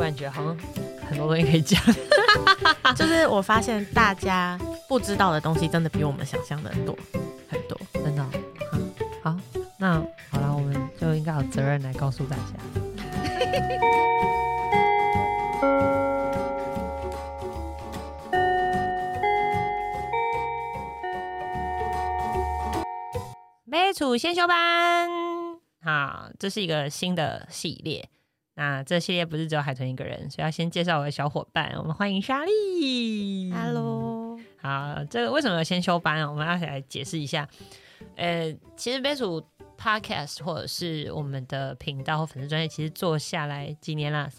然觉得好像很多东西可以讲。 就是我发现大家不知道的东西真的比我们想象的多很多， 真的好，那好了，我们就应该有责任来告诉大家。杯储先修班，好，这是一个新的系列。那这系列不是只有海豚一个人，所以要先介绍我的小伙伴。我们欢迎莎莉。 Hello， 好，这个为什么有先修班？我们要来解释一下。其实杯储 Podcast 或者是我们的频道或粉丝专页，其实做下来几年啦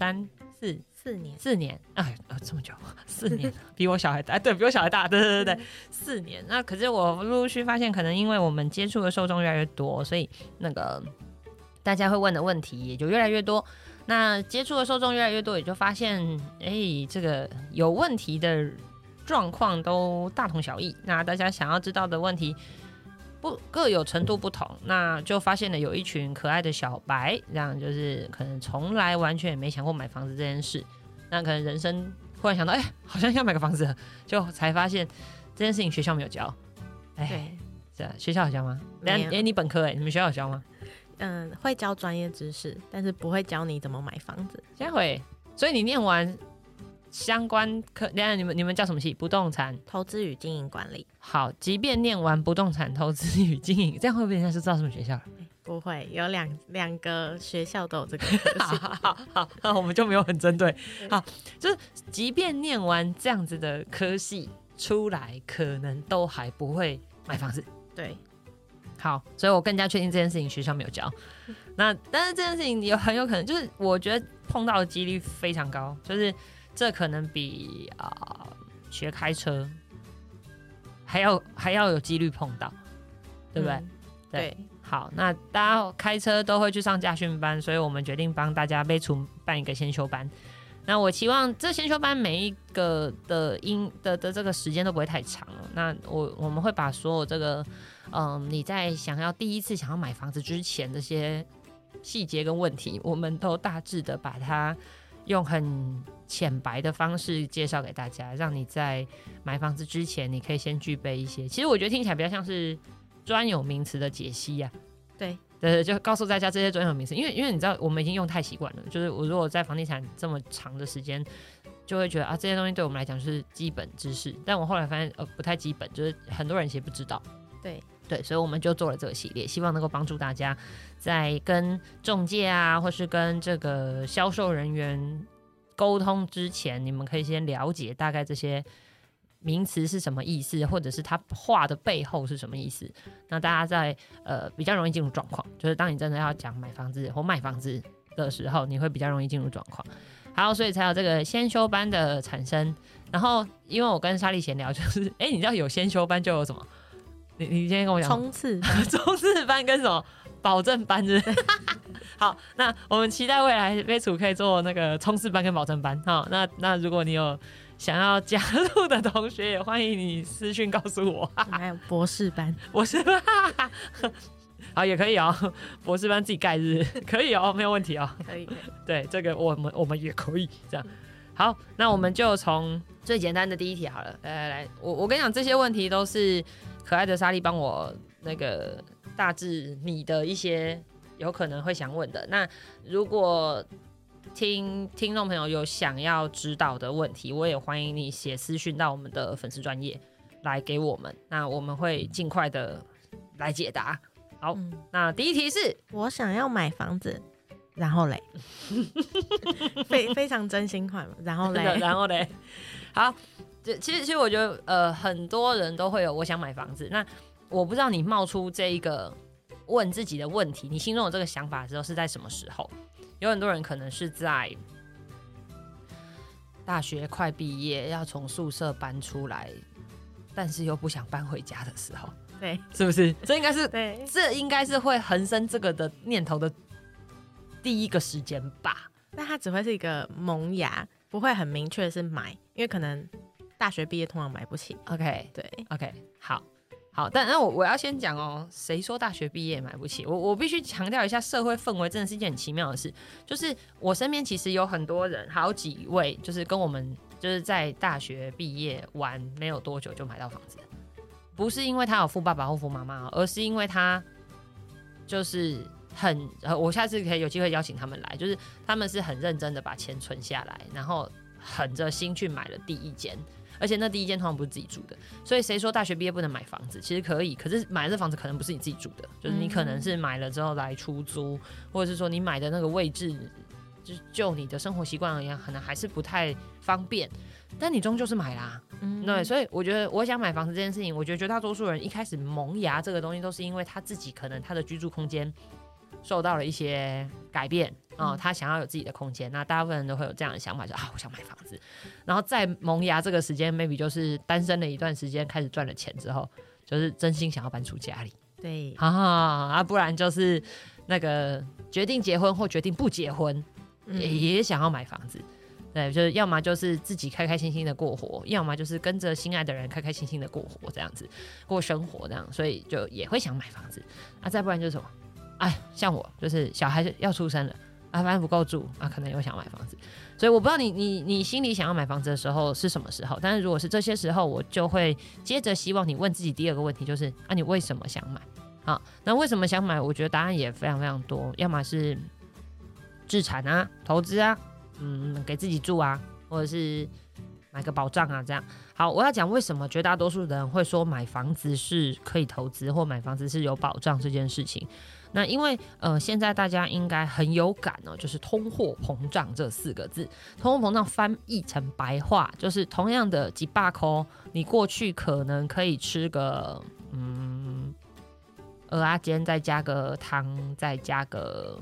，4年，哎，这么久，4年，比我小孩大，对比我小孩大，对，4年。那可是我陆陆续发现，可能因为我们接触的受众越来越多，所以那个大家会问的问题也就越来越多。那接触的受众越来越多，也就发现，这个有问题的状况都大同小异。那大家想要知道的问题各有程度不同，那就发现了有一群可爱的小白，这样就是可能从来完全也没想过买房子这件事。那可能人生忽然想到，好像要买个房子了，就才发现这件事情学校没有教。 对， 是啊，学校有教吗？你本科你们学校有教吗？ 会教专业知识，但是不会教你怎么买房子。 现在会，所以你念完相关课，你们叫什么系？不动产投资与经营管理。 好，即便念完不动产投资与经营，这样会不会人家就知道什么学校了？ 不会，有两个学校都有这个科系。 好，那我们就没有很针对。好，就是即便念完这样子的科系出来，可能都还不会买房子。 对。 好，所以我更加确定这件事情学校没有教。那但是这件事情也很有可能，就是我觉得碰到的几率非常高，就是这可能比学开车还要有几率碰到，对不对？ 对。 好，那大家开车都会去上驾训班，所以我们决定帮大家杯储办一个先修班。那我期望这先修班每一个的这个时间都不会太长了。那我们会把所有这个你在第一次想要买房子之前这些细节跟问题，我们都大致的把它用很浅白的方式介绍给大家，让你在买房子之前，你可以先具备一些。其实我觉得听起来比较像是专有名词的解析呀。对，就告诉大家这些专有名词，因为你知道我们已经用太习惯了，就是我如果在房地产这么长的时间，就会觉得这些东西对我们来讲是基本知识，但我后来发现不太基本，就是很多人其实不知道。对，所以我们就做了这个系列，希望能够帮助大家在跟仲介啊，或是跟这个销售人员沟通之前，你们可以先了解大概这些名词是什么意思，或者是它话的背后是什么意思。那大家在比较容易进入状况，就是当你真的要讲买房子或卖房子的时候，你会比较容易进入状况。好，所以才有这个先修班的产生。然后因为我跟莎莉闲聊，就是你知道有先修班就有什么？你今天跟我讲冲刺班冲刺班跟什么保证班是不是？好，那我们期待未来杯储可以做那个冲刺班跟保证班。好，那如果你有想要加入的同学，也欢迎你私讯告诉我。 还有博士班， 好也可以哦，博士班自己盖日可以哦，没有问题哦。 可以。 对，这个我们也可以这样。好，那我们就从最简单的第一题好了。来，我跟你讲，这些问题都是可爱的莎莉帮我那个大致你的一些有可能会想问的。那如果听众朋友有想要知道的问题，我也欢迎你写私讯到我们的粉丝专页来给我们，那我们会尽快的来解答。好，那第一题是我想要买房子，然后嘞非常真心话，然后嘞好，其实我觉得很多人都会有我想买房子。那我不知道你冒出这一个问自己的问题，你心中有这个想法的时候是在什么时候？有很多人可能是在大学快毕业，要从宿舍搬出来，但是又不想搬回家的时候。 对， 是不是？这应该是会横生这个的念头的第一个时间吧。 那它只会是一个萌芽，不会很明确是买，因为可能大学毕业通常买不起。 OK， 对 ，OK， 好。 好，但我要先讲哦，谁说大学毕业买不起？我必须强调一下，社会氛围真的是一件很奇妙的事。就是我身边其实有很多人，好几位就是跟我们就是在大学毕业完没有多久就买到房子，不是因为他有富爸爸或富妈妈，而是因为他就是我下次可以有机会邀请他们来，就是他们是很认真的把钱存下来，然后狠着心去买了第一间。而且那第一间通常不是自己住的，所以谁说大学毕业不能买房子？其实可以，可是买这房子可能不是你自己住的，就是你可能是买了之后来出租，或者是说你买的那个位置，就你的生活习惯而言，可能还是不太方便，但你终究是买啦。对，所以我觉得我想买房子这件事情，我觉得绝大多数人一开始萌芽这个东西，都是因为他自己可能他的居住空间受到了一些改变。他想要有自己的空间，那大部分人都会有这样的想法，就我想买房子，然后在萌芽这个时间 maybe 就是单身了一段时间，开始赚了钱之后，就是真心想要搬出家里， 对不然就是那个决定结婚或决定不结婚，也想要买房子，对，就是要么就是自己开开心心的过活，要么就是跟着心爱的人开开心心的过活，这样子过生活这样，所以就也会想买房子。再不然就是什么，像我就是小孩要出生了。反正不够住可能又想买房子，所以我不知道你心里想要买房子的时候是什么时候，但是如果是这些时候，我就会接着希望你问自己第二个问题，就是你为什么想买？好，那为什么想买？我觉得答案也非常非常多，要么是置产啊、投资啊，给自己住啊，或者是买个保障啊，这样。好，我要讲为什么绝大多数的人会说买房子是可以投资，或买房子是有保障这件事情。那因为现在大家应该很有感就是通货膨胀这4个字。通货膨胀翻译成白话，就是同样的几百块，你过去可能可以吃个蚵仔煎，再加个汤，再加个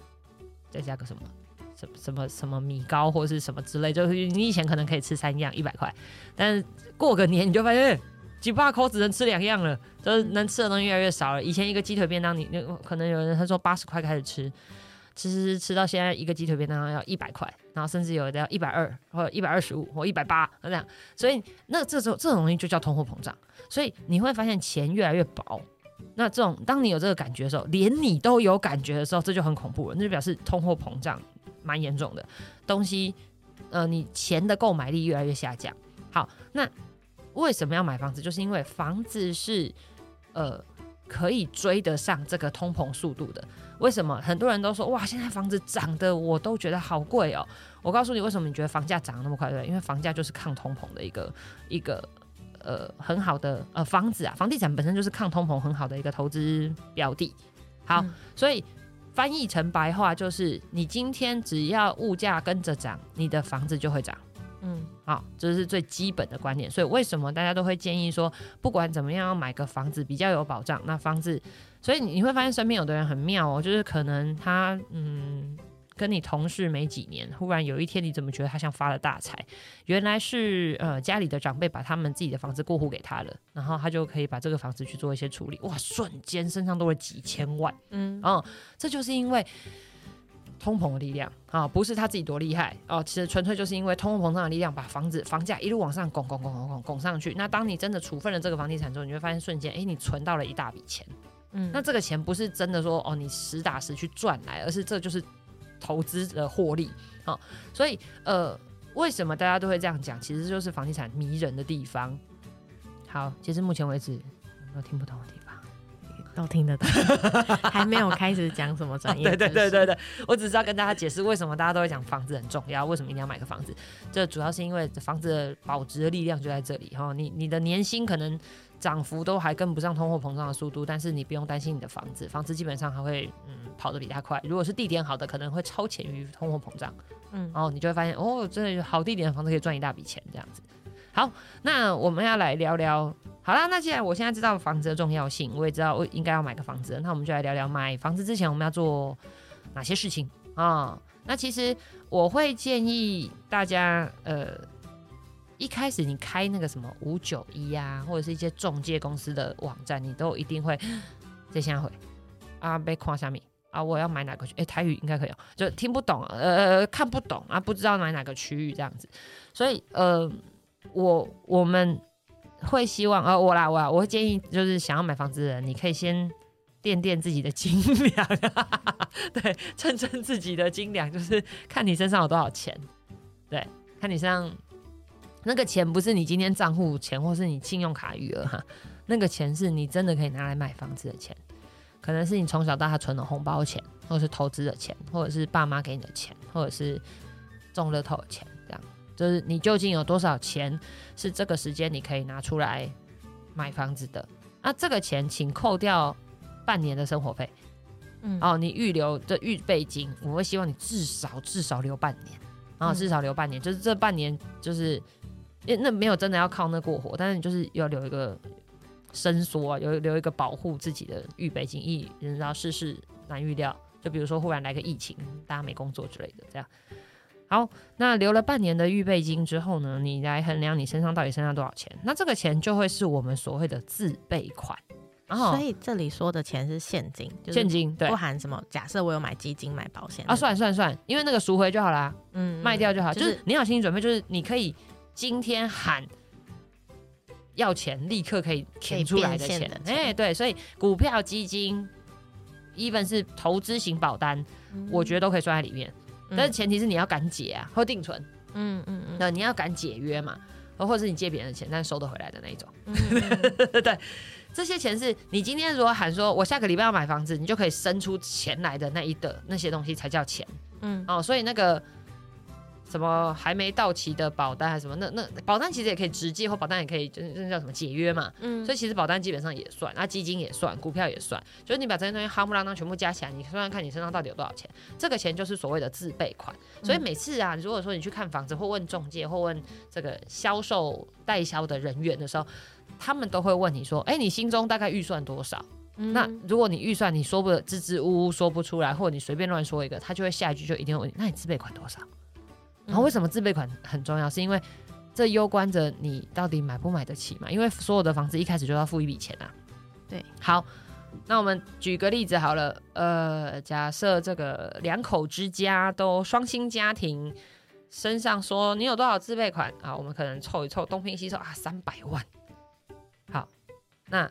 什么米糕或是什么之类，就是你以前可能可以吃3样100块，但是过个年你就发现几百块只能吃2样了，就是能吃的东西越来越少了。以前一个鸡腿便当，你可能有人他说80块开始吃到现在一个鸡腿便当要100块，然后甚至有的要120或者125或180这样，所以那这种东西就叫通货膨胀。所以你会发现钱越来越薄。那当你有这个感觉的时候，连你都有感觉的时候，这就很恐怖了，那就表示通货膨胀蛮严重的东西。你钱的购买力越来越下降。好，那为什么要买房子？就是因为房子是可以追得上这个通膨速度的。为什么很多人都说哇，现在房子涨的我都觉得好贵哦？我告诉你为什么你觉得房价涨得那么快，对不对？因为房价就是抗通膨的一个很好的房子房地产本身就是抗通膨很好的一个投资标的。好，所以翻译成白话就是你今天只要物价跟着涨，你的房子就会涨。好，这是最基本的观念。所以为什么大家都会建议说，不管怎么样要买个房子比较有保障？那房子，所以你会发现身边有的人很妙就是可能他跟你同事没几年，忽然有一天你怎么觉得他像发了大财？原来是家里的长辈把他们自己的房子过户给他了，然后他就可以把这个房子去做一些处理，哇，瞬间身上多了几千万。这就是因为通膨的力量不是他自己多厉害其实纯粹就是因为通货膨胀的力量把房价一路往上拱上去。那当你真的处分了这个房地产之后，你会发现瞬间你存到了一大笔钱。那这个钱不是真的说你实打实去赚来，而是这就是投资的获利。所以为什么大家都会这样讲？其实就是房地产迷人的地方。好，其实目前为止有没有听不懂的地方？ 都听得懂，还没有开始讲什么专业知识。 对，我只是要跟大家解释为什么大家都会讲房子很重要，为什么一定要买个房子。这主要是因为房子的保值的力量就在这里。你的年薪可能涨幅都还跟不上通货膨胀的速度，但是你不用担心你的房子基本上还会跑得比它快。如果是地点好的，可能会超前于通货膨胀。然后你就会发现真的好地点的房子可以赚一大笔钱这样子。好，那我们要来聊聊。好啦，那既然我现在知道房子的重要性，我也知道我应该要买个房子，那我们就来聊聊买房子之前我们要做哪些事情那其实我会建议大家一开始你开那个什么591或者是一些中介公司的网站，你都一定会这下会被看下面我要买哪个区台语应该可以就听不懂看不懂不知道买哪个区域这样子。所以我们会希望我会建议就是想要买房子的人，你可以先垫自己的斤两对，称自己的斤两，就是看你身上有多少钱，对，看你身上那个钱不是你今天账户钱或是你信用卡余额哈，那个钱是你真的可以拿来买房子的钱，可能是你从小到大存的红包钱，或者是投资的钱，或者是爸妈给你的钱，或者是中乐透的钱，这样就是你究竟有多少钱是这个时间你可以拿出来买房子的。那这个钱请扣掉半年的生活费，你预留的预备金，我会希望你至少留半年，然后至少留半年，就是这半年就是那没有真的要靠那过活，但是你就是要留一个伸缩，留一个保护自己的预备金，人知道世事难预料，就比如说忽然来个疫情，大家没工作之类的，这样。好，那留了半年的预备金之后呢，你来衡量你身上到底剩下多少钱，那这个钱就会是我们所谓的自备款。 所以这里说的钱是现金，就是现金，对， 不含什么。假设我有买基金、买保险算，因为那个赎回就好啦，卖掉就好，就是你要有心理准备，就是你可以今天喊要钱，立刻可以填出来的钱，对，所以股票、基金 ，even 是投资型保单，我觉得都可以算在里面。但是前提是你要敢解啊，或定存，那你要敢解约嘛，或者是你借别人的钱，但收得回来的那一种，对，这些钱是你今天如果喊说我下个礼拜要买房子，你就可以生出钱来的那些东西才叫钱，所以那个什么还没到期的保单还是什么，那保单其实也可以直接，或保单也可以就是叫什么解约嘛，所以其实保单基本上也算，基金也算，股票也算，就是你把这些东西夯不啷当全部加起来，你算算看你身上到底有多少钱，这个钱就是所谓的自备款。所以每次啊，如果说你去看房子或问中介或问这个销售代销的人员的时候，他们都会问你说，你心中大概预算多少？那如果你预算你说不支支吾吾说不出来，或者你随便乱说一个，他就会下一句就一定会问你，那你自备款多少？然后为什么自备款很重要？是因为这攸关着你到底买不买得起嘛？因为所有的房子一开始就要付一笔钱啊。 对， 好，那我们举个例子好了，假设这个2口之家都双薪家庭，身上说你有多少自备款啊？我们可能凑一凑，东拼西凑啊，300万。好，那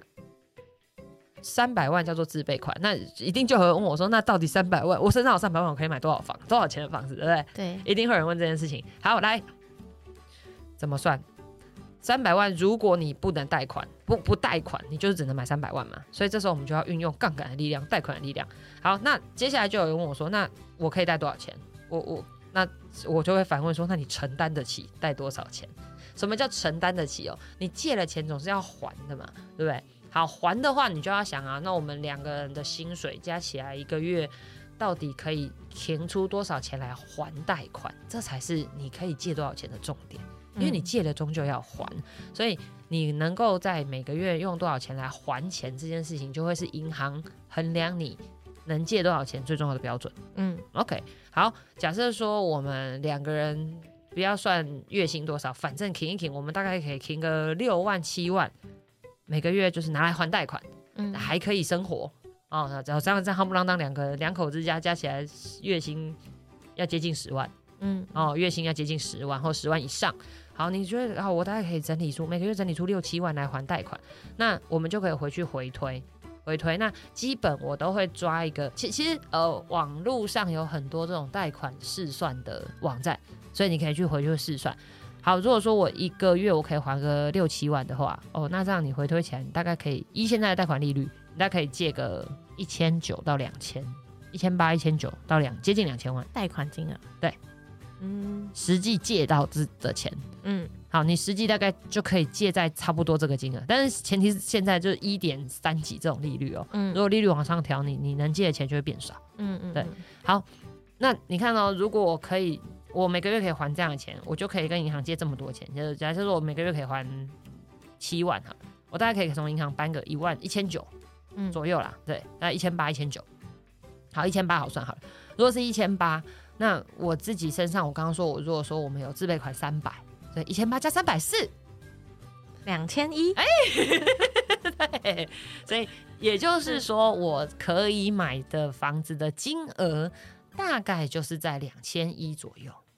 300万叫做自备款，那一定就有人问我说，那到底300万，我身上有300万，我可以买多少钱的房子，对不对？ 对， 一定会有人问这件事情。好，来，怎么算？300万，如果你不能贷款，不贷款，你就是只能买300万嘛。所以这时候我们就要运用杠杆的力量，贷款的力量。好，那接下来就有人问我说，那我可以贷多少钱？那我就会反问说，那你承担得起贷多少钱？什么叫承担得起哦？你借了钱总是要还的嘛，对不对？好，还的话你就要想啊，那我们2个人的薪水加起来1个月到底可以填出多少钱来还贷款，这才是你可以借多少钱的重点。因为你借了终究要还，所以你能够在每个月用多少钱来还钱这件事情，就会是银行衡量你能借多少钱最重要的标准。OK， 好，假设说我们2个人不要算月薪多少，反正停一停，我们大概可以停个6万7万，每个月就是拿来还贷款，还可以生活哦。这样夯不啷当2口之家加起来月薪要接近10万，月薪要接近10万或10万以上。好，你觉得我大概可以整理出每个月整理出6、7万来还贷款，那我们就可以回去回推。那基本我都会抓一个，其实网络上有很多这种贷款试算的网站，所以你可以回去试算。好，如果说我1个月我可以还个6、7万的话，那这样你回推起来，你大概可以依现在的贷款利率，你大概可以借个1900到2000，1800、1900到接近2000万贷款金额。 对，实际借到的钱，好，你实际大概就可以借在差不多这个金额，但是前提是现在就是 1.3 几这种利率哦，如果利率往上调，你能借的钱就会变少，对，好，那你看哦，如果我每个月可以还这样的钱，我就可以跟银行借这么多钱，就是假设说我每个月可以还7万哈，我大概可以从银行搬个11900左右啦，对，大概1800、1900，好，1800好算好了，如果是1800。那我自己身上，我刚刚说，如果说我们有自备款300，所以1800加340，2100，对，所以也就是说，我可以买的房子的金额大概就是在2100左右。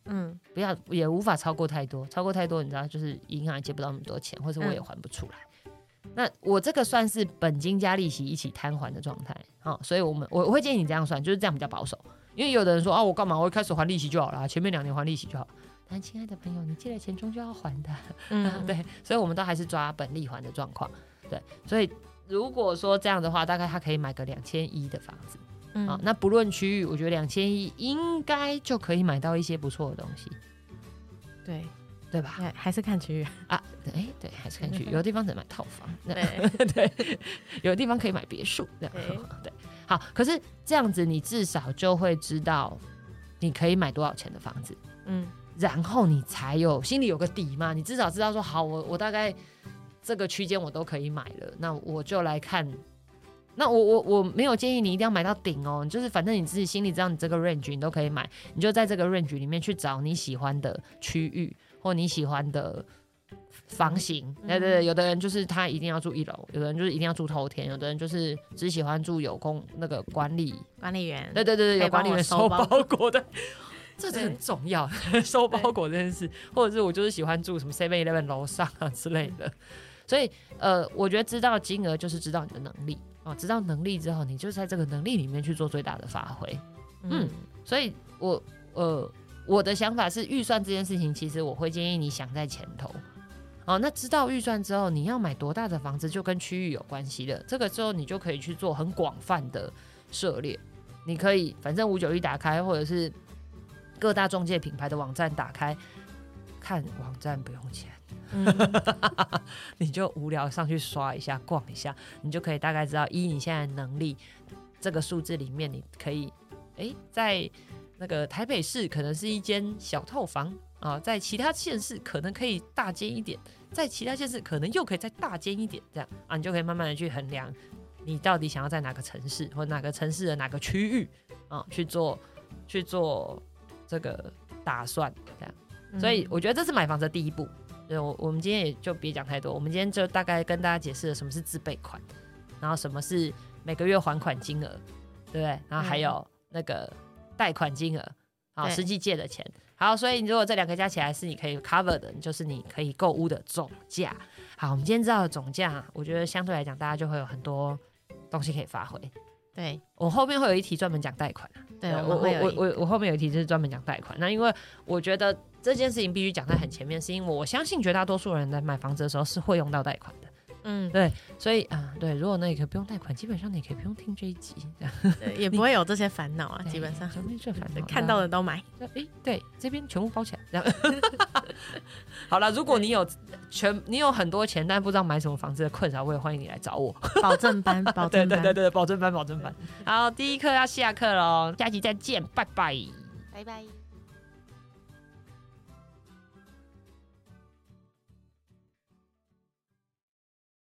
不要也无法超过太多，超过太多你知道就是银行也借不到那么多钱，或者我也还不出来。那我这个算是本金加利息一起摊还的状态，所以我会建议你这样算，就是这样比较保守。因为有的人说我干嘛我一开始还利息就好了，前面2年还利息就好。但亲爱的朋友，你借了钱终究要还的，对，所以我们都还是抓本利还的状况，对，所以如果说这样的话，大概他可以买个2100的房子，那不论区域，我觉得2100应该就可以买到一些不错的东西，对吧？ 还是看区域啊，对，还是看区域，有的地方只能买套房，对，有的地方可以买别墅，对，好，可是这样子你至少就会知道你可以买多少钱的房子，然后你才有心里有个底嘛，你至少知道说好，我大概这个区间我都可以买了，那我就来看。那我没有建议你一定要买到顶哦，就是反正你自己心里知道你这个 range 你都可以买，你就在这个 range 里面去找你喜欢的区域或你喜欢的房型。对，有的人就是他一定要住1楼，有的人就是一定要住头天，有的人就是只喜欢住有那个管理员，对，有管理员收包裹的。这很重要，收包裹这件事，或者是我就是喜欢住什么 7-11 楼上之类的。所以我觉得知道金额就是知道你的能力，知道能力之后，你就在这个能力里面去做最大的发挥。所以我的想法是，预算这件事情，其实我会建议你想在前头。那知道预算之后，你要买多大的房子就跟区域有关系了。这个之后你就可以去做很广泛的涉猎，你可以反正591打开，或者是各大中介品牌的网站打开看，网站不用钱，你就无聊上去刷一下逛一下，你就可以大概知道你现在的能力这个数字里面，你可以在那个台北市可能是一间小套房在其他县市可能可以大间一点，在其他县市可能又可以再大间一点，这样你就可以慢慢的去衡量你到底想要在哪个城市或哪个城市的哪个区域去做这个打算，这样。所以我觉得这是买房子的第一步。我们今天也就别讲太多，我们今天就大概跟大家解释了什么是自备款，然后什么是每个月还款金额，对不对？然后还有那个贷款金额，实际借的钱。好，所以如果这2个加起来是你可以 cover 的，就是你可以购屋的总价。好，我们今天知道的总价，我觉得相对来讲，大家就会有很多东西可以发挥。 对， 我后面会有一题专门讲贷款。 对， 我后面有一题就是专门讲贷款。那因为我觉得这件事情必须讲在很前面，是因为我相信绝大多数人在买房子的时候是会用到贷款的。对，所以对，如果那也可以不用贷款，基本上你也可以不用听这一集， 也不会有这些烦恼啊，基本上看到的都买。 对，这边全部包起来，这样。好了，如果你有很多钱，但不知道买什么房子的困扰，我也欢迎你来找我。 保证班， 对，保证班。好，第一课要下课喽，下集再见，拜拜。 拜拜。